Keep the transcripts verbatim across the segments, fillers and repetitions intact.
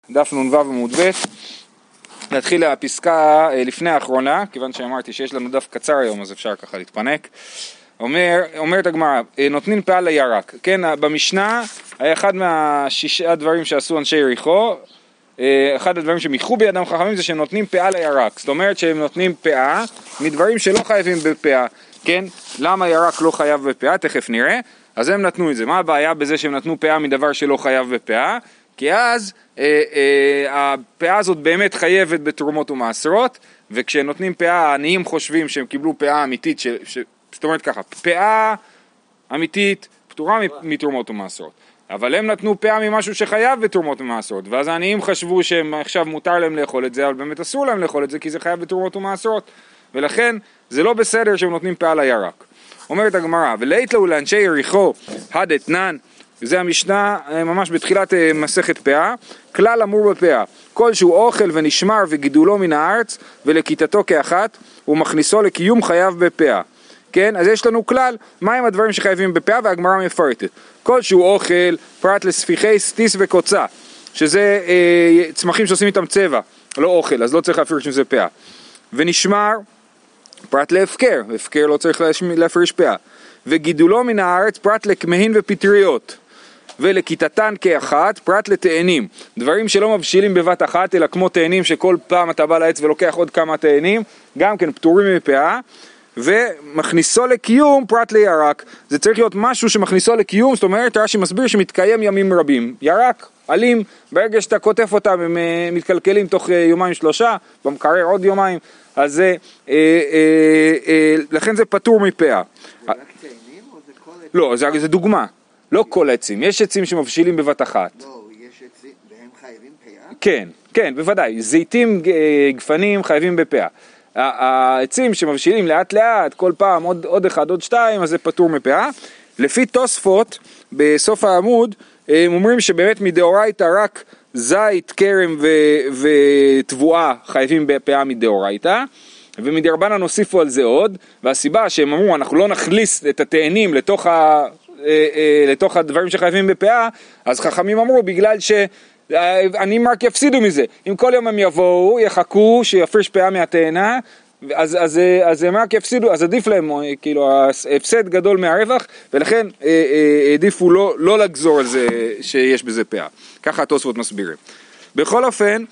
דף נ"ו עמוד ב', נתחיל הפסקה לפני האחרונה, כיוון שאמרתי שיש לנו דף קצר היום, אז אפשר ככה להתפנק. אומר, אומרת הגמרא, נותנים פאה לירק. כן, במשנה, אחד מהשישה דברים שעשו אנשי יריחו, אחד הדברים שמיחו בידם חכמים זה שהם נותנים פאה לירק. זאת אומרת שהם נותנים פאה מדברים שלא חייבים בפאה. כן, למה ירק לא חייב בפאה? תכף נראה. אז הם נתנו את זה. מה הבעיה בזה שהם נתנו פאה מדבר שלא חייב בפאה? כי אז אה, אה, הפאה הזאת באמת חייבת בתרומות ומעשרות, וכשנותנים פאה, העניים חושבים שהם קיבלו פאה אמיתית, ש, ש, זאת אומרת ככה, פאה אמיתית פטורה מתרומות ומעשרות, אבל הם נתנו פאה ממשהו שחייב בתרומות ומעשרות, ואז העניים חשבו שהם עכשיו מותר להם לאכול את זה, אבל באמת אסור להם לאכול את זה, כי זה חייב בתרומות ומעשרות, ולכן זה לא בסדר שהם נותנים פאה לירק. אומרת הגמרא, ולית לו לאנשי יריחו הדתנן, זה המשנה ממש בתחילת מסכת פאה, כלל אמור בפאה, כל שהוא אוכל ונשמר וגידולו מן הארץ ולכיתתו כאחת, הוא מכניסו לקיום חייב בפאה. כן, אז יש לנו כלל, מהם הדברים שחייבים בפאה, והגמרא מפרטת. כל שהוא אוכל, פרט לספיחי סטיס וקוצה, שזה אה, צמחים שעושים איתם צבע, לא אוכל, אז לא צריך להפריש עם זה פאה. ונשמר, פרט להפקר, הפקר לא צריך להפריש פאה. וגידולו מן הארץ, פרט לכמהין ופטריות. ולכיתתן כאחת, פרט לתאנים, דברים שלא מבשילים בבת אחת, אלא כמו תאנים שכל פעם אתה בא לעץ ולוקח עוד כמה תאנים, גם כן פטורים מפאה, ומכניסו לקיום פרט לירק. זה צריך להיות משהו שמכניסו לקיום, זאת אומרת, רש"י מסביר שמתקיים ימים רבים. ירק, עלים, ברגע שאתה כותף אותם, הם מתקלקלים תוך יומיים שלושה, במקרר עוד יומיים, אז זה, אה, אה, אה, לכן זה פטור מפאה. זה רק תאנים או זה כל עצים? לא, זה, זה דוגמה. לא כל עצים, יש עצים שמבשילים בבת אחת. לא, יש עצים, והם חייבים פאה? כן, כן, בוודאי. זיתים, גפנים חייבים בפאה. העצים שמבשילים לאט לאט, כל פעם עוד, עוד אחד, עוד שתיים, אז זה פטור מפאה. לפי תוספות, בסוף העמוד, הם אומרים שבאמת מדאורייתא רק זית, כרם ותבואה חייבים בפאה מדאורייתא. ומדרבנן הוסיפו על זה עוד, והסיבה שהם אמרו, אנחנו לא נכניס את התאנים לתוך ה... לתוך הדברים שחייבים בפאה, אז חכמים אמרו, בגלל שעניים רק יפסידו מזה. אם כל יום הם יבואו, יחכו, שיפריש פאה מהתאנה, אז, אז, אז הם רק יפסידו, אז עדיף להם, כאילו, הפסד גדול מהרווח, ולכן עדיפו לא, לא לגזור על זה שיש בזה פאה. ככה התוספות מסבירים. בכל אופן,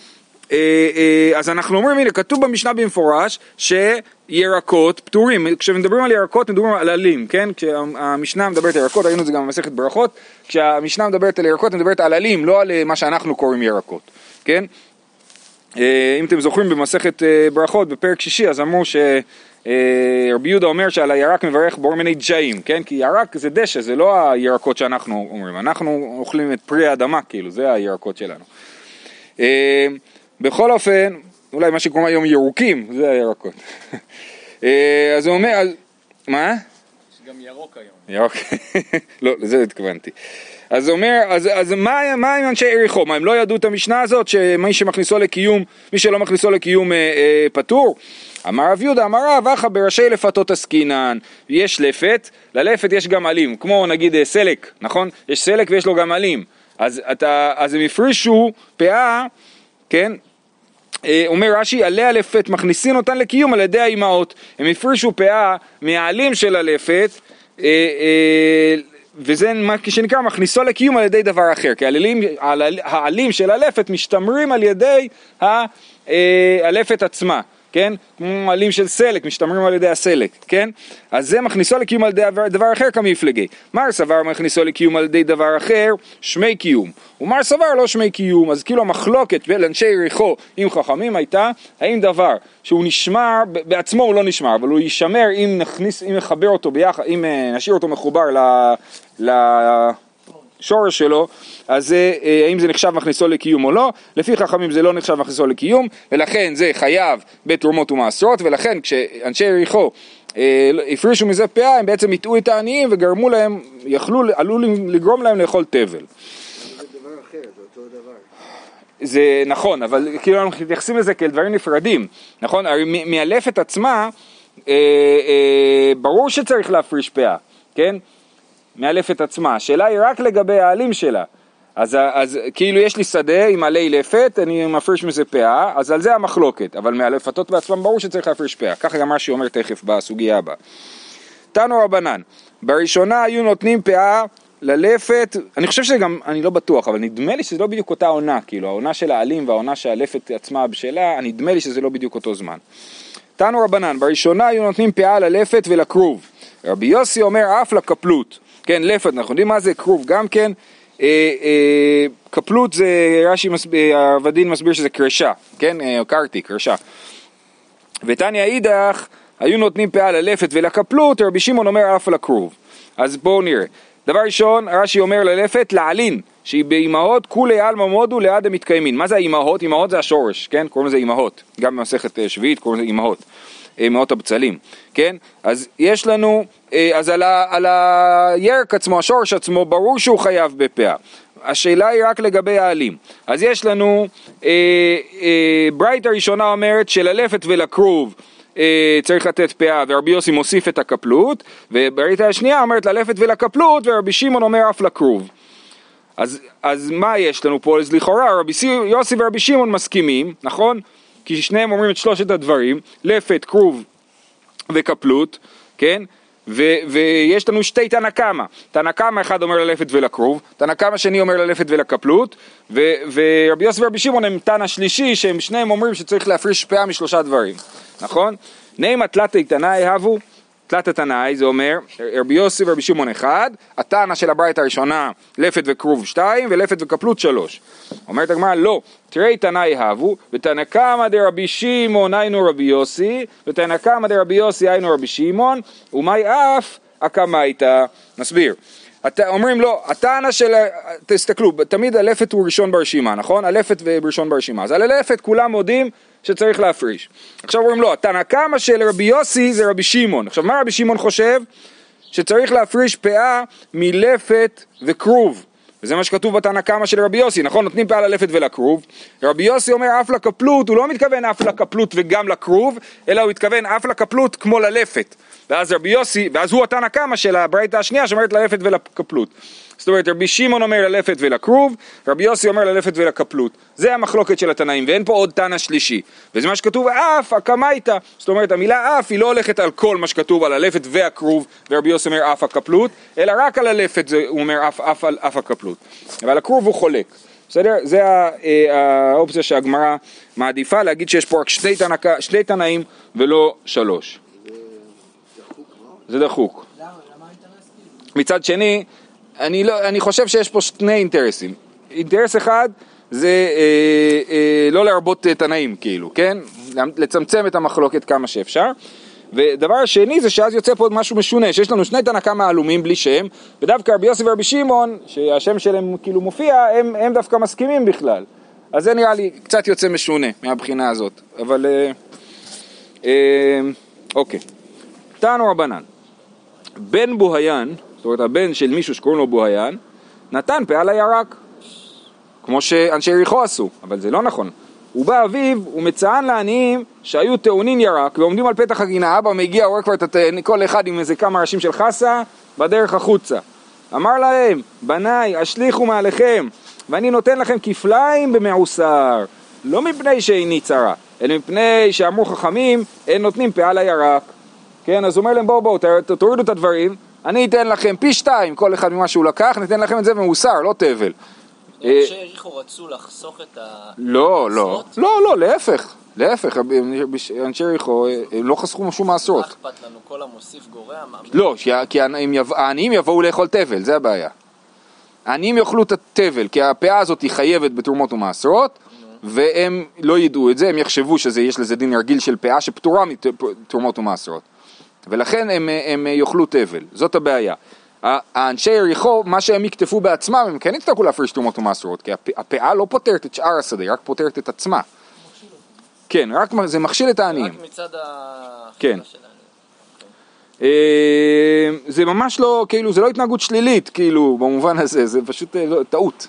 אז אנחנו אומרים, הנה, כתוב במשנה במפורש שירקות פטורים. כשמדברים על ירקות מדברים על עלים, כן? כשהמשנה מדברת על ירקות, ראינו את זה גם במסכת ברכות, כשהמשנה מדברת על ירקות מדברת על עלים, לא על מה שאנחנו קוראים ירקות, כן? אם אתם זוכרים במסכת ברכות בפרק שישי, אז אמרו שרבי יהודה אומר שעל הירק מברך בור מיני ג'אים, כן? כי ירק זה דשא, זה לא הירקות שאנחנו אומרים, אנחנו אוכלים את פרי האדמה, כאילו, זה הירקות שלנו. בכל אופן, אולי מה שקוראים היום ירוקים, זה הירקות. אז הוא אומר, מה? יש גם ירוק היום. ירוק, לא, לזה התכוונתי. אז הוא אומר, אז, אז מה, מה עם אנשי יריחו? מה, הם לא ידעו את המשנה הזאת, שמי שמכניסו לקיום, מי שלא מכניסו לקיום אה, אה, פטור? אמר רב יהודה, אמר רב אחא בראשי לפתות עסקינן, יש לפת, ללפת יש גם עלים, כמו נגיד סלק, נכון? יש סלק ויש לו גם עלים. אז, אתה, אז הם הפרישו פאה, כן? אומר רש"י, עלי הלפת מכניסין אותן לקיום על ידי האימהות. הם הפרישו פאה מהעלים של הלפת, וזה מה שנקרא מכניסו לקיום על ידי דבר אחר, כי העלים, העלים של הלפת משתמרים על ידי הלפת עצמה, כן? כמו עלים של סלק, משתמרים על ידי הסלק, כן? אז זה מכניסו לקיום על ידי דבר אחר כמפלגי. מר סבר מכניסו לקיום על ידי דבר אחר, שמי קיום. ומר סבר לא שמי קיום. אז כאילו המחלוקת בין אנשי יריחו עם חכמים הייתה, האם דבר שהוא נשמר, בעצמו הוא לא נשמר, אבל הוא יישמר אם נכניס, אם נחבר אותו ביחד, אם נשאיר אותו מחובר ל... ל... שורש שלו, אז האם זה נחשב מכניסו לקיום או לא? לפי חכמים זה לא נחשב מכניסו לקיום, ולכן זה חייב בתרומות ומעשרות, ולכן כשאנשי יריחו אה, הפרישו מזה פאה, הם בעצם יטעו את העניים וגרמו להם, יכלו, עלו לגרום להם לאכול תבל. זה דבר אחר, זה אותו דבר. זה נכון, אבל כאילו אנחנו מתייחסים לזה כאל דברים נפרדים, נכון? מאלפת עצמה, אה, אה, ברור שצריך להפריש פאה, כן? מאלפת עצמה, השאלה היא רק לגבי העלים שלה, אז, אז כאילו יש לי שדה עם עלי לפת, אני מפריש מזה פאה, אז על זה המחלוקת, אבל מהלפתות בעצמם ברור שצריך להפריש פאה, ככה גם מה שאומר תכף בסוגיה הבאה. תנו רבנן, בראשונה היו נותנים פאה ללפת, אני חושב שגם, אני לא בטוח, אבל נדמה לי שזה לא בדיוק אותה עונה, כאילו העונה של העלים והעונה שהלפת עצמה בשלה, נדמה לי שזה לא בדיוק אותו זמן. תנו רבנן, בראשונה היו נותנים פאה ללפת ולקרוב, רבי יוסי אומר אף לקפלות, כן, לפת, אנחנו יודעים מה זה קרוב גם כן, אה, אה, קפלות זה, רש"י מסביר, הרבדין מסביר שזה קרשה, כן, אה, קרתי, קרשה. ותניא אידך, היו נותנים פאה ללפת ולקפלות, רבי שמעון אומר אף לקרוב. אז בואו נראה. דבר ראשון, רש"י אומר ללפת לעלין, שהיא באימהות כולי עלמא מודו ליד המתקיימין. מה זה האימהות? אימהות זה השורש, כן? קוראים לזה אימהות. גם במסכת שביעית קוראים לזה אימהות. אימהות הבצלים, כן? אז יש לנו, אז על, ה, על הירק עצמו, השורש עצמו, ברור שהוא חייב בפאה. השאלה היא רק לגבי העלים. אז יש לנו, אה, אה, ברייתא הראשונה אומרת שללפת ולקרוב, צריך לתת פאה, ורבי יוסי מוסיף את הקפלות, וברייתא השנייה אומרת ללפת ולקפלות, ורבי שמעון אומר אף לקרוב. אז, אז מה יש לנו פה? אז לכאורה רבי יוסי ורבי שמעון מסכימים, נכון? כי שניהם אומרים את שלושת הדברים, לפת, קרוב וקפלות, כן? ו- ויש לנו שתי תנא קמא, תנא קמא אחד אומר ללפת ולקרוב, תנא קמא שני אומר ללפת ולקפלות, ו- ורבי יוסי ורבי שמעון הם תנא שלישי, שהם שניהם אומרים שצריך להפריש פאה משלושה דברים, נכון? נעימה תלתא תנאי הבו, תלתא תנאי זה אומר רבי יוסי ורבי שמעון אחד, התנא של הברייתא הראשונה לפת וקרוב שתיים ולפת וקפלות שלוש. אומרת הגמרא לא, תראי תנאי הבו, ותנא קמא דרבי שמעון היינו רבי יוסי, ותנא קמא דרבי יוסי היינו רבי שמעון, ומאי אף הקמייתא. נסביר. אומרים לו, התנא של, תסתכלו, תמיד הלפת הוא ראשון ברשימה, נכון? הלפת וראשון ברשימה. אז על הלפת כולם מודים שצריך להפריש. עכשיו אומרים לו, התנא קמא של רבי יוסי זה רבי שמעון. עכשיו מה רבי שמעון חושב? שצריך להפריש פאה מלפת וקרוב. וזה מה שכתוב בתנא קמא של רבי יוסי, נכון? נותנים פאה ללפת ולקרוב. רבי יוסי אומר אף לקפלות, הוא לא מתכוון אף לקפלות וגם לקרוב, אלא הוא מתכוון אף לקפלות כמו ללפת. ואז רבי יוסי, ואז הוא התנא קמא של הברייתא השנייה שאומרת ללפת ולקפלות. זאת אומרת, רבי שמעון אומר ללפת ולקרוב, רבי יוסי אומר ללפת ולקפלות. זה המחלוקת של התנאים, ואין פה עוד תנא שלישי. וזה מה שכתוב אף הקמייתא. זאת אומרת, המילה אף היא לא הולכת על כל מה שכתוב על הלפת והקרוב, ורבי יוסי אומר אף הקפלות, אלא רק על הלפת זה, הוא אומר אף, אף, אף, אף הקפלות. אבל הקרוב הוא חולק. בסדר? זה האופציה שהגמרא מעדיפה, להגיד שיש פה רק שני, תנא, שני תנאים ולא שלוש. זה דחוק. למה? למה אינטרס? מצד שני, אני, לא, אני חושב שיש פה שני אינטרסים. אינטרס אחד זה אה, אה, לא להרבות תנאים, כאילו, כן? לצמצם את המחלוקת כמה שאפשר. ודבר שני זה שאז יוצא פה משהו משונה, שיש לנו שני תנא קמא עלומים בלי שם, ודווקא רבי יוסי ורבי שמעון, שהשם שלהם כאילו מופיע, הם, הם דווקא מסכימים בכלל. אז זה נראה לי קצת יוצא משונה מהבחינה הזאת. אבל, אה, אה, אוקיי. תנו רבנן. בן בוהיין, זאת אומרת הבן של מישהו שקוראים לו בוהיין, נתן פאה לירק, כמו שאנשי יריחו עשו, אבל זה לא נכון. הוא בא אביו, הוא מצען לעניים שהיו טעונין ירק, ועומדים על פתח הגינה, אבא מגיע, רואה כבר את כל אחד עם איזה כמה ראשים של חסה, בדרך החוצה. אמר להם, בניי, השליחו מעליכם, ואני נותן לכם כפליים במעוסר, לא מפני שאיני צרה, אלא מפני שאמרו חכמים, הם נותנים פאה לירק. כן, אז הוא אומר להם, בואו בואו, תורידו את הדברים, אני אתן לכם פי שתיים, כל אחד ממה שהוא לקח, ניתן לכם את זה במוסר, לא תבל. אנשי יריחו רצו לחסוך את ה... לא, לא, לא, לא, להפך, להפך, אנשי יריחו לא חסכו שום מעשרות. מה אכפת לנו, כל המוסיף גורע? לא, כי העניים יבואו לאכול תבל, זה הבעיה. העניים יאכלו את התבל, כי הפאה הזאת היא חייבת בתרומות ומעשרות, והם לא ידעו את זה, הם יחשבו שיש לזה דין רגיל של פאה שפטורה מתרומות ומעשרות. ולכן הם, הם יאכלו תבל, זאת הבעיה. האנשי יריחו, מה שהם יקטפו בעצמם, הם כן יצטרכו להפריש תרומות ומעשרות, כי הפאה לא פותרת את שאר השדה, רק פותרת את עצמה. כן, רק זה מכשיל את העניים. רק מצד כן. זה ממש לא, כאילו, זה לא התנהגות שלילית, כאילו, במובן הזה, זה פשוט טעות.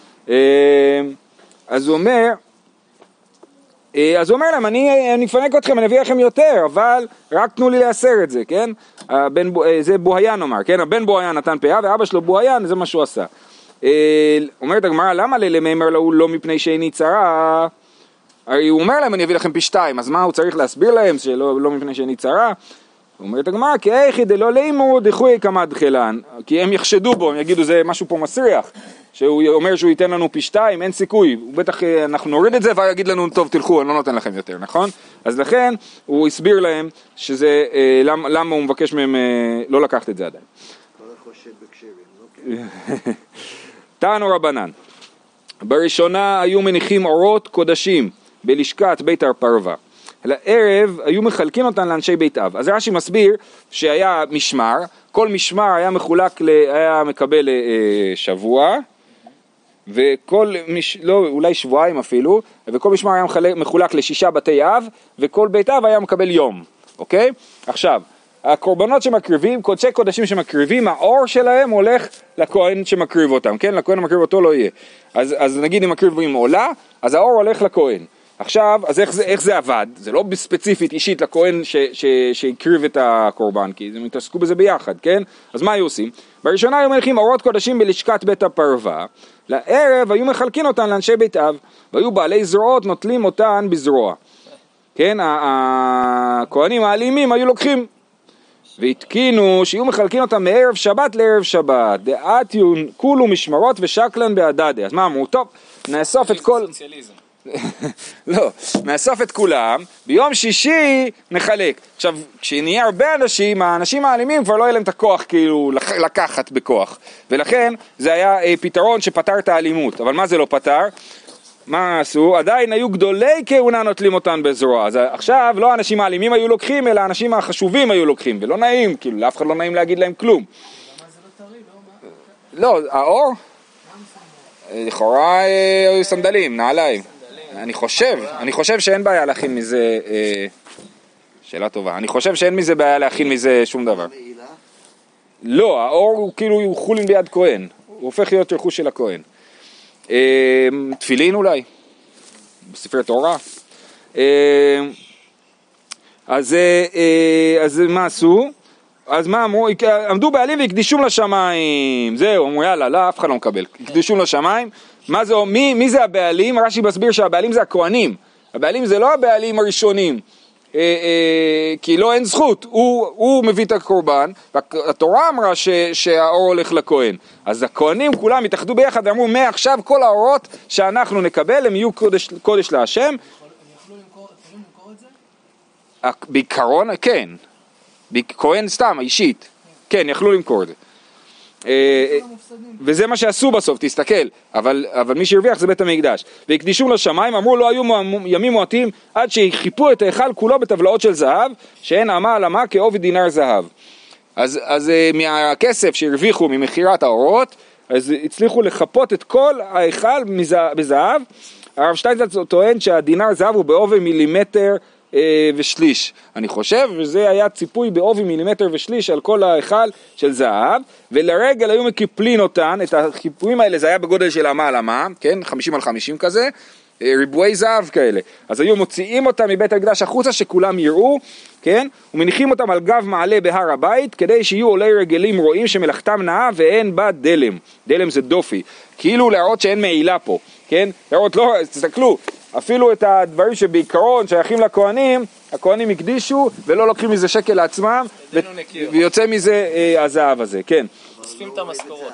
אז הוא אומר, אז הוא אומר להם, אני, אני אפנק אתכם, אני אביא לכם יותר, אבל רק תנו לי לאסר את זה, כן? הבן, זה בוהיין אומר, כן? הבן בוהיין נתן פאה, ואבא שלו בוהיין, זה מה שהוא עשה. אומרת הגמרא, למה ללממר לו לא מפני שאיני צרה? הרי הוא אומר להם אני אביא לכם פי שתיים, אז מה הוא צריך להסביר להם שלא לא מפני שאיני צרה? אומרת הגמרא, כי איכי דלא לימו דחוי כמה דחלן, כי הם יחשדו בו, הם יגידו זה משהו פה מסריח, שהוא אומר שהוא ייתן לנו פי שתיים, אין סיכוי, הוא בטח אנחנו נוריד את זה ויגיד לנו טוב תלכו, אני לא נותן לכם יותר, נכון? אז לכן הוא הסביר להם שזה, למה, למה הוא מבקש מהם לא לקחת את זה עדיין. כל החושד בקשרים, לא? תענו רבנן, בראשונה היו מניחים אורות קודשים בלשכת בית הפרווה. לערב היו מחלקים אותן לאנשי בית אב. אז רש"י מסביר שהיה משמר, כל משמר היה מחולק, היה מקבל שבוע, וכל, מש, לא, אולי שבועיים אפילו, וכל משמר היה מחולק לשישה בתי אב, וכל בית אב היה מקבל יום, אוקיי? עכשיו, הקורבנות שמקריבים, קודשי קודשים שמקריבים, האור שלהם הולך לכהן שמקריב אותם, כן? לכהן המקריב אותו לא יהיה. אז, אז נגיד אם מקריבים עולה, אז האור הולך לכהן. עכשיו, אז איך זה, איך זה עבד? זה לא ספציפית אישית לכהן ש, ש, שהקריב את הקורבן, כי הם התעסקו בזה ביחד, כן? אז מה היו עושים? בראשונה היו מניחים אורות קודשים בלשכת בית הפרווה, לערב היו מחלקים אותן לאנשי בית אב, והיו בעלי זרועות נוטלים אותן בזרוע. כן? הכהנים האלימים היו לוקחים, והתקינו שיהיו מחלקים אותם מערב שבת לערב שבת, דעתיון כולו משמרות ושקלן בהדדה. אז מה אמרו? טוב, נאסוף את כל... לא, נאסוף את כולם, ביום שישי נחלק. עכשיו, כשנהיה הרבה אנשים, האנשים האלימים כבר לא יהיה להם את הכוח כאילו לקחת בכוח, ולכן זה היה אה, פתרון שפתר את האלימות. אבל מה זה לא פתר? מה עשו? עדיין היו גדולי כהונה נוטלים אותן בזרוע. אז עכשיו לא האנשים האלימים היו לוקחים, אלא האנשים החשובים היו לוקחים, ולא נעים, כאילו לאף אחד לא נעים להגיד להם כלום. למה זה לא טרי? לא, לא, האור? לכאורה היו סנדלים, נעליים. אני חושב, אני חושב שאין בעיה להכין מזה, שאלה טובה, אני חושב שאין מזה בעיה להכין מזה שום דבר. לא, האור הוא כאילו חולין ביד כהן, הוא הופך להיות רכוש של הכהן. תפילין אולי, בספרי תורה. אז, אז מה עשו? אז מה אמרו? עמדו בעלים והקדישום לשמיים. זהו, אמרו יאללה, לא, אף אחד לא מקבל. הקדישום לשמיים. מה זה, מי, מי זה הבעלים? רש"י מסביר שהבעלים זה הכהנים. הבעלים זה לא הבעלים הראשונים. אה, אה, כי לא אין זכות. הוא, הוא מביא את הקורבן, והתורה אמרה ש, שהאור הולך לכהן. אז הכהנים כולם התאחדו ביחד ואמרו, מעכשיו כל האורות שאנחנו נקבל הם יהיו קודש, קודש להשם. הם יכלו למכור, יכולים למכור את זה? בעיקרון, כן. כהן סתם, אישית. כן, יכלו למכור את זה. וזה מה שעשו בסוף, תסתכל, אבל, אבל מי שהרוויח זה בית המקדש. והקדישו לשמיים, אמרו לא היו ימים מועטים עד שחיפו את ההיכל כולו בטבלאות של זהב, שאין אמה על אמה כעובי דינר זהב. אז, אז מהכסף שהרוויחו ממחירת האורות, אז הצליחו לחפות את כל ההיכל בזהב. הרב שטיינזלץ טוען שהדינר זהב הוא בעובי מילימטר ושליש, אני חושב, וזה היה ציפוי בעובי מילימטר ושליש על כל ההיכל של זהב, ולרגל היו מקיפלין אותן, את החיפויים האלה זה היה בגודל של אמה על אמה, כן, חמישים על חמישים כזה, ריבועי זהב כאלה, אז היו מוציאים אותם מבית המקדש החוצה שכולם יראו, כן, ומניחים אותם על גב מעלה בהר הבית, כדי שיהיו עולי רגלים רואים שמלאכתם נאה ואין בה דלם, דלם זה דופי, כאילו להראות שאין מעילה פה, כן, להראות לא, תסתכלו, אפילו את הדברים שבעיקרון שייכים לכהנים, הכהנים הקדישו ולא לוקחים מזה שקל לעצמם, ו- ויוצא מזה אה, הזהב הזה, כן. אוספים את המשכורות.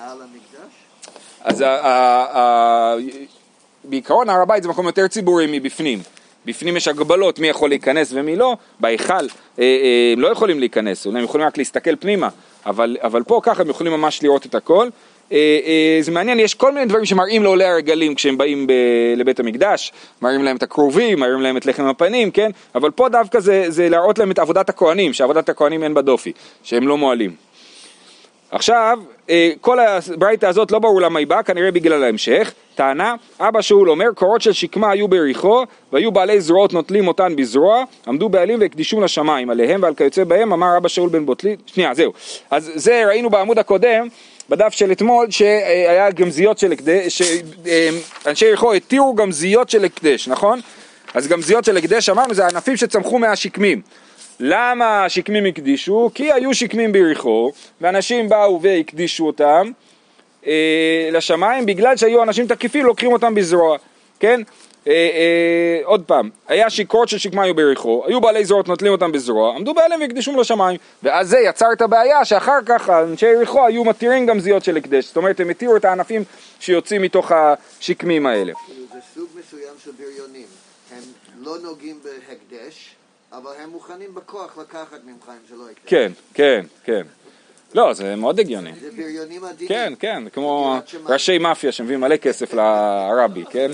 אז ה- ה- ה- בעיקרון הר הבית זה מקום יותר ציבורי מבפנים. בפנים יש הגבלות מי יכול להיכנס ומי לא, בהיכל אה, אה, הם לא יכולים להיכנס, אולי הם יכולים רק להסתכל פנימה, אבל, אבל פה ככה הם יכולים ממש לראות את הכל. זה מעניין, יש כל מיני דברים שמראים לעולי הרגלים כשהם באים ב- לבית המקדש, מראים להם את הקרובים, מראים להם את לחם הפנים, כן? אבל פה דווקא זה, זה להראות להם את עבודת הכהנים, שעבודת הכהנים אין בדופי, שהם לא מועלים. עכשיו, כל הברייתא הזאת לא ברור למה היא באה, כנראה בגלל ההמשך. טענה, אבא שאול אומר, קורות של שקמה היו בריחו, והיו בעלי זרועות נוטלים אותן בזרוע, עמדו בעלים והקדישום לשמיים, עליהם ועל כיוצא בהם, אמר אבא שאול בן בוטלי, שנייה, זהו. אז זה ראינו בעמוד הקודם, בדף של אתמול, שהיה גמזיות של הקדש, שאנשי יריחו התירו גמזיות של הקדש, נכון? אז גמזיות של הקדש, אמרנו, זה הענפים שצמחו מהשקמים. למה השקמים הקדישו? כי היו שקמים ביריחו, ואנשים באו והקדישו אותם, אה, לשמיים, בגלל שהיו אנשים תקיפים, לוקחים אותם בזרוע, כן? אה, אה, עוד פעם, היה שיקרות ששקמה היו בריחו, היו בעלי זרועות נוטלים אותם בזרוע, עמדו בעליהם והקדישום לשמיים, ואז זה יצר את הבעיה שאחר כך אנשי יריחו היו מתירים גם זיות של הקדש, זאת אומרת הם התירו את הענפים שיוצאים מתוך השקמים האלה. זה סוג מסוים של בריונים, הם לא נוגעים בהקדש, אבל הם מוכנים בכוח לקחת ממך אם זה לא הקדש. כן, כן, כן. לא, זה מאוד הגיוני. זה בריונים עדינים. כן, כן, כמו ראשי מאפיה שמביאים מלא כסף לערבי, כן?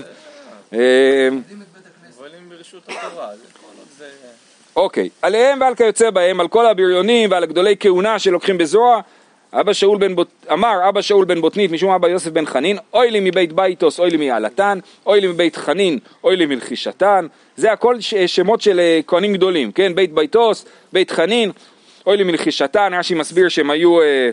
פועלים ברשות התורה, זה כל עוד זה... אוקיי, עליהם ועל כיוצא בהם, על כל הבריונים ועל גדולי כהונה שלוקחים בזרוע, אבא שאול בן בוט... אמר אבא שאול בן בוטנית משום אבא יוסף בן חנין, אוי לי מבית ביתוס, אוי לי מיעלתן, אוי לי מבית חנין, אוי לי מלחישתן, זה הכל ש... שמות של כהנים גדולים, כן? בית ביתוס, בית חנין, אוי לי מלחישתן, רש"י מסביר שהם היו אה,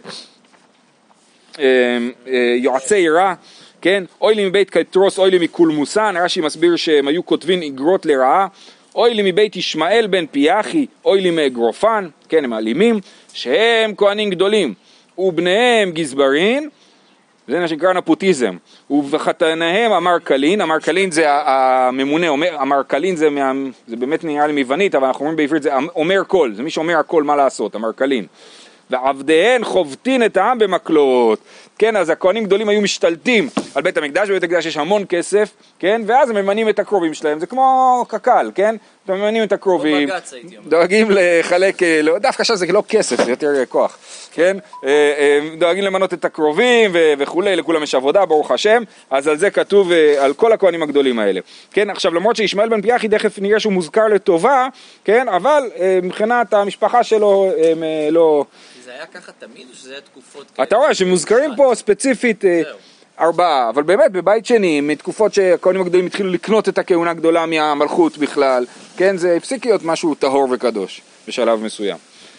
אה, אה, יועצי רע, כן? אוי לי מבית קטרוס, אוי לי מקולמוסן, רש"י מסביר שהם היו כותבים איגרות לרעה, אוי לי מבית ישמעאל בן פיאחי, אוי לי מאגרופן, כן, הם אלימים, שהם כהנים גדולים, ובניהם גזברין, זה נקרא נפוטיזם, ובחתניהם אמרכלין, אמרכלין זה הממונה, אמרכלין זה, מה, זה באמת נראה לי מיוונית, אבל אנחנו אומרים בעברית זה אומר קול, זה מי שאומר הכל מה לעשות, אמרכלין. ועבדיהן חובטין את העם במקלות, כן, אז הכהנים גדולים היו משתלטים על בית המקדש, בבית המקדש יש המון כסף, כן, ואז הם ממנים את הקרובים שלהם, זה כמו קקל, כן, הם ממנים את הקרובים, דואגים לחלק, לא, דווקא עכשיו זה לא כסף, זה יותר כוח, כן, דואגים למנות את הקרובים וכולי, לכולם יש עבודה, ברוך השם, אז על זה כתוב, על כל הכהנים הגדולים האלה, כן, עכשיו למרות שישמעאל בן פיאחי תכף נראה שהוא מוזכר לטובה, כן, אבל מבחינת המשפחה שלו, הם לא... זה היה ככה תמיד או שזה היה תקופות כאלה? אתה רואה שמוזכרים פה ספציפית ארבעה, אבל באמת בבית שני, מתקופות שהכהנים הגדולים התחילו לקנות את הכהונה הגדולה מהמלכות בכלל, כן, זה הפסיק להיות משהו טהור וקדוש בשלב מסוים.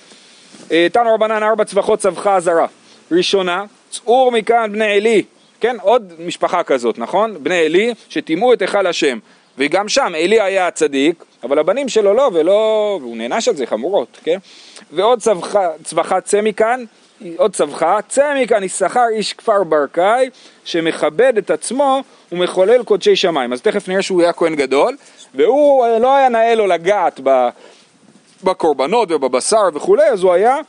תנו רבנן ארבע צווחות צווחה עזרה. ראשונה, צאור מכאן בני עלי, כן, עוד משפחה כזאת, נכון? בני עלי שטימאו את היכל השם, וגם שם עלי היה הצדיק, אבל הבנים שלו לא, ולא, והוא נענש על זה חמורות, כן? ועוד צווחה, צווחה צא מכאן, עוד צווחה, צא מכאן יששכר איש כפר ברקאי, שמכבד את עצמו ומחולל קודשי שמיים. אז תכף נראה שהוא היה כהן גדול, והוא לא היה נאה לו לגעת בקורבנות ובבשר וכולי, אז הוא היה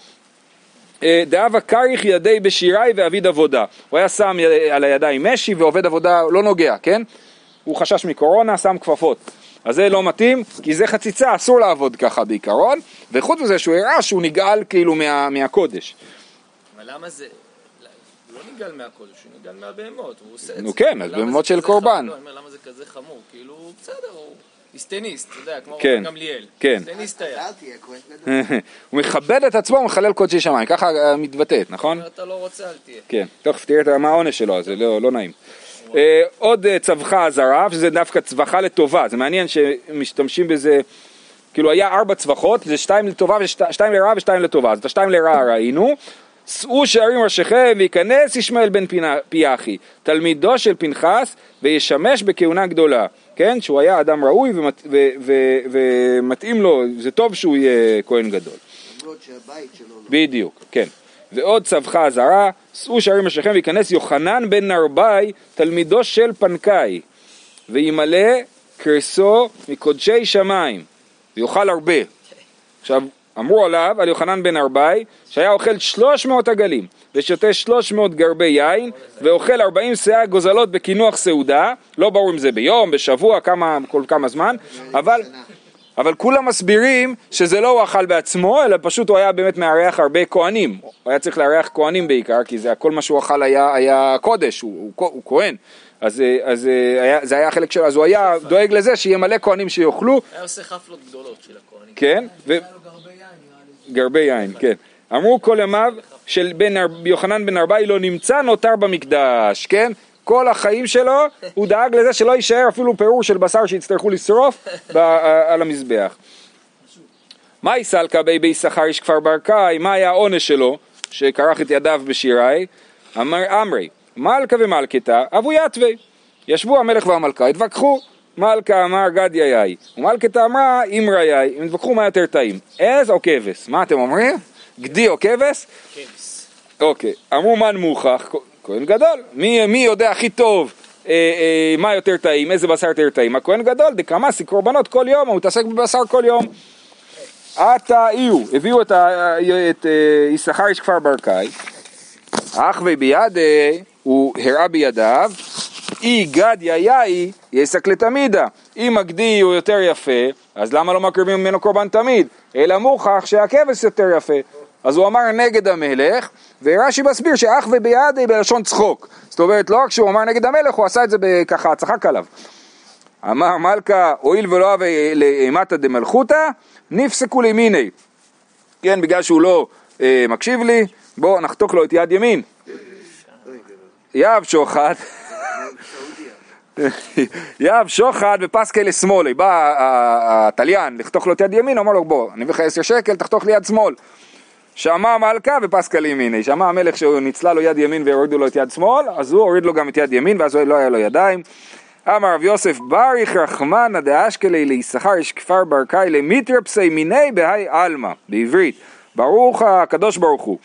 דאבה קריך ידי בשירי ועביד עבודה. הוא היה שם על הידיים משי ועובד עבודה לא נוגע, כן? הוא חשש מקורונה, שם כפפות. אז זה לא מתאים, כי זה חציצה, אסור לעבוד ככה בעיקרון, וחוץ מזה שהוא הראה שהוא נגאל כאילו מה, מהקודש. אבל למה זה, הוא לא נגאל מהקודש, הוא נגאל מהבהמות, הוא עושה את זה. נו כן, אז בהמות של קורבן. לא, אני אומר, למה זה כזה חמור? כאילו, בסדר, הוא היסטניסט, אתה יודע, כמו כן, גמליאל. כן. היסטניסט היה. אל תהיה כהן גדול. הוא מכבד את עצמו ומחלל קודשי שמיים, ככה מתבטאת, נכון? אתה לא רוצה, אל תהיה. כן, תכף תראה מה העונש שלו, זה לא, לא נעים. אה, עוד צווחה עזרה, שזה דווקא צווחה לטובה, זה מעניין שמשתמשים בזה, כאילו היה ארבע צווחות, זה שתיים לטובה ושתיים לרעה ושתיים לטובה, אז את השתיים לרעה ראינו, שאו שערים ראשיכם ויכנס ישמעאל בן פיאחי, תלמידו של פנחס, וישמש בכהונה גדולה, כן, שהוא היה אדם ראוי ומת, ו, ו, ומתאים לו, זה טוב שהוא יהיה כהן גדול. למרות שהבית שלו לא. בדיוק, כן. ועוד צווחה עזרה, שאו שערים ראשיכם ויכנס יוחנן בן נרבי, תלמידו של פנקאי, וימלא קרסו מקודשי שמיים, ויאכל הרבה. עכשיו, אמרו עליו, על יוחנן בן נרבי, שהיה אוכל שלוש מאות עגלים, ושותה שלוש מאות גרבי יין, ואוכל ארבעים שאה גוזלות בכינוח סעודה, לא ברור אם זה ביום, בשבוע, כמה, כל כמה זמן, אבל... אבל כולם מסבירים שזה לא הוא אכל בעצמו, אלא פשוט הוא היה באמת מארח הרבה כהנים. הוא היה צריך לארח כהנים בעיקר, כי זה, כל מה שהוא אכל היה, היה קודש, הוא, הוא, הוא כהן. אז, אז היה, זה היה חלק שלו, אז הוא היה דואג לזה שיהיה מלא כהנים שיאכלו. היה עושה חפלות גדולות של הכהנים. כן. ו... גרבי יין, כן. אמרו כל ימיו של בן, יוחנן בן נרבי לא נמצא נותר במקדש, כן? כל החיים שלו, הוא דאג לזה שלא יישאר אפילו פירור של בשר שיצטרכו לשרוף על המזבח. מה יסלקה בי בי שכר איש כפר ברקאי? מה היה העונש שלו שקרח את ידיו בשירי? אמר אמרי, מלכה ומלכתה אבו יתווי. ישבו המלך והמלכה, התווכחו. מלכה אמר גד יאי, ומלכתה אמרה אמרה יאי. הם התווכחו מה יותר טעים, עז או כבש? מה אתם אומרים? גדי או כבש? כבש. אוקיי, אמרו מן מוכח, כהן גדול. מי, מי יודע הכי טוב אה, אה, מה יותר טעים, איזה בשר יותר טעים? הכהן גדול, דקמאסי קורבנות כל יום, הוא מתעסק בבשר כל יום. עתה איו, הביאו את, ה, את אה, יששכר איש כפר ברקאי, אחווי בידי, הוא הראה בידיו, אי גד יאי יסק לתמידה. אם הגדי הוא יותר יפה, אז למה לא מקריבים ממנו קורבן תמיד? אלא מוכח שהכבש יותר יפה. אז הוא אמר נגד המלך, ורש"י מסביר שאחווי בידי בלשון צחוק. זאת אומרת, לא רק שהוא אמר נגד המלך, הוא עשה את זה ככה, צחק עליו. אמר מלכה, הואיל ולא אהב לאימתא דמלכותא, נפסקו לימיני. כן, בגלל שהוא לא אה, מקשיב לי, בוא נחתוך לו את יד ימין. יאב שוחד, יאב שוחד ופסקי לשמאלי. בא התליין לחתוך לו את יד ימין, אומר לו בוא, אני מביא לך עשר שקל, תחתוך לי יד שמאל. שמע מלכה ופסקה לימיני. שמע המלך שהוא ניצלה לו יד ימין והורידו לו את יד שמאל, אז הוא הוריד לו גם את יד ימין, ואז לא היה לו ידיים. אמר רב יוסף בריך רחמנא דאשקלי ליששכר איש כפר ברקאי למיתרפסי מיני בהי עלמא. בעברית, ברוך הקדוש ברוך הוא,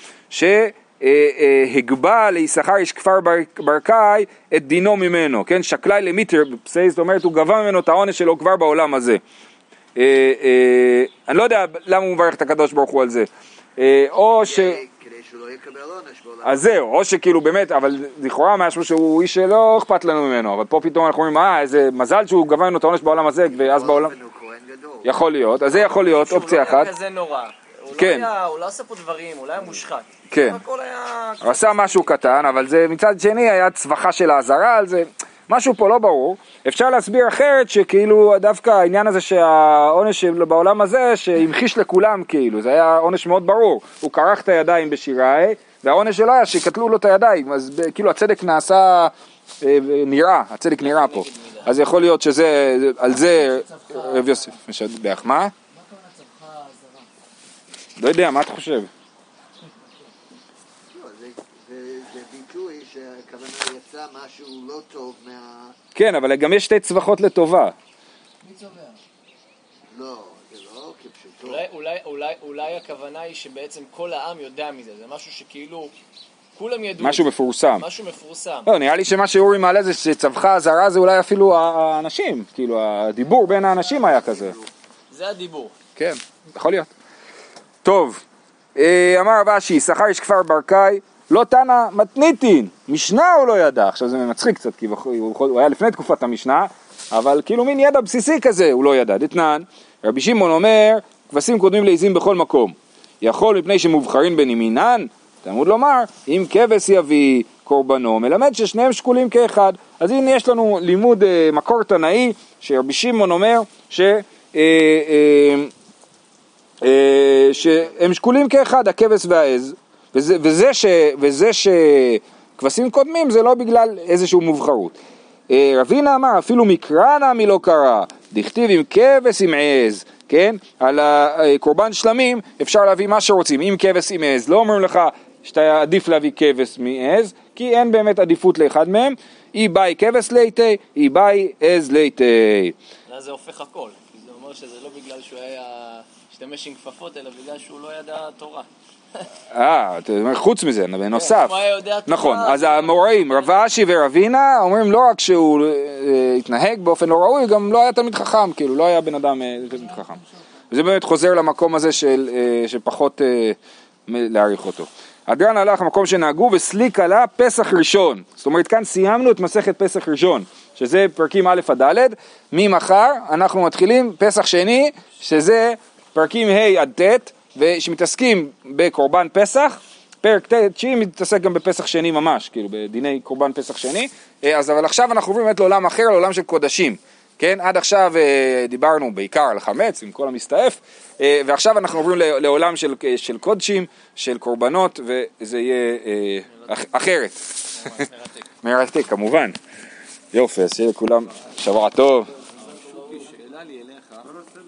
שהגבה ליששכר איש כפר ברקאי את דינו ממנו, כן? שקלי למיתרפסי, זאת אומרת הוא גבה ממנו את העונש שלו כבר בעולם הזה. אני לא יודע למה הוא מברך את הקדוש ברוך הוא על זה. או ש... כדי שהוא לא יקבל עונש בעולם. אז זהו, או שכאילו באמת, אבל לכאורה משהו שהוא איש שלא אכפת לנו ממנו, אבל פה פתאום אנחנו אומרים, אה, איזה מזל שהוא גבה לנו את העונש בעולם הזה, ואז בעולם... יכול להיות, אז זה יכול להיות, אופציה אחת. הוא לא היה כזה נורא. כן. הוא לא עשה פה דברים, הוא לא היה מושחת. כן. הכל היה... הוא עשה משהו קטן, אבל זה מצד שני היה צווחה של האזהרה על זה. משהו פה לא ברור. אפשר להסביר אחרת שכאילו דווקא העניין הזה שהעונש בעולם הזה שהמחיש לכולם כאילו, זה היה עונש מאוד ברור. הוא קרח את הידיים בשיראי, והעונש שלו היה שקטלו לו את הידיים, אז כאילו הצדק נעשה, נראה, הצדק נראה פה. אז יכול להיות שזה, על זה רב יוסף משדבח. מה? מה כמובן צווחה זרה? לא יודע, מה אתה חושב? זה ביטוי שהכוונה יצא משהו לא טוב מה... כן, אבל גם יש שתי צווחות לטובה. מי צובע? לא, זה לא כפשוטו. אולי, אולי, אולי, אולי הכוונה היא שבעצם כל העם יודע מזה, זה משהו שכאילו כולם ידעו. משהו מפורסם. משהו מפורסם. לא, נראה לי שמה שאורי מעלה זה שצווחה הזרה זה אולי אפילו האנשים, כאילו הדיבור בין האנשים היה כזה. זה הדיבור. כן, יכול להיות. טוב, אמר רב אשי, יששכר איש כפר ברקאי, לא תנא מתניתין, משנה הוא לא ידע. עכשיו זה מצחיק קצת, כי הוא היה לפני תקופת המשנה, אבל כאילו מין ידע בסיסי כזה הוא לא ידע. דתנן, רבי שמעון אומר, כבשים קודמים לעזים בכל מקום. יכול מפני שמובחרים בין ימינן, תלמוד לומר, אם כבש יביא קורבנו, מלמד ששניהם שקולים כאחד. אז הנה יש לנו לימוד אה, מקור תנאי, שרבי שמעון אומר ש... אה, אה, אה, שהם שקולים כאחד, הכבש והעז, וזה, וזה, ש, וזה שכבשים קודמים זה לא בגלל איזשהו מובחרות. רבינה אמר, אפילו מקרא נמי לא קרא, דכתיב עם כבש עם עז, כן? על הקורבן שלמים אפשר להביא מה שרוצים, עם כבש עם עז. לא אומרים לך שאתה עדיף להביא כבש מעז, כי אין באמת עדיפות לאחד מהם. אי באי כבש ליטי, אי באי עז ליטי. זה הופך הכל, כי זה אומר שזה לא בגלל שהוא היה השתמש עם כפפות, אלא בגלל שהוא לא ידע תורה. אה, אתה אומר חוץ מזה, בנוסף. נכון, אז המוראים, רב אשי ורבינה, אומרים לא רק שהוא התנהג באופן לא ראוי, גם לא היה תלמיד חכם, כאילו, לא היה בן אדם תלמיד חכם. וזה באמת חוזר למקום הזה שפחות להעריך אותו. הדרן הלך למקום שנהגו וסליק עלה פסח ראשון. זאת אומרת, כאן סיימנו את מסכת פסח ראשון, שזה פרקים א' עד ד'. ממחר אנחנו מתחילים פסח שני, שזה פרקים ה' עד ט', ושמתעסקים בקורבן פסח. פרק תשיעי מתעסק גם בפסח שני ממש, כאילו בדיני קורבן פסח שני. אז אבל עכשיו אנחנו עוברים באמת לעולם אחר, לעולם של קודשים. כן, עד עכשיו דיברנו בעיקר על חמץ עם כל המסתעף, ועכשיו אנחנו עוברים לעולם של, של קודשים, של קורבנות, וזה יהיה אחרת. מרתק, כמובן. יופי, אז שיהיה לכולם שבוע טוב.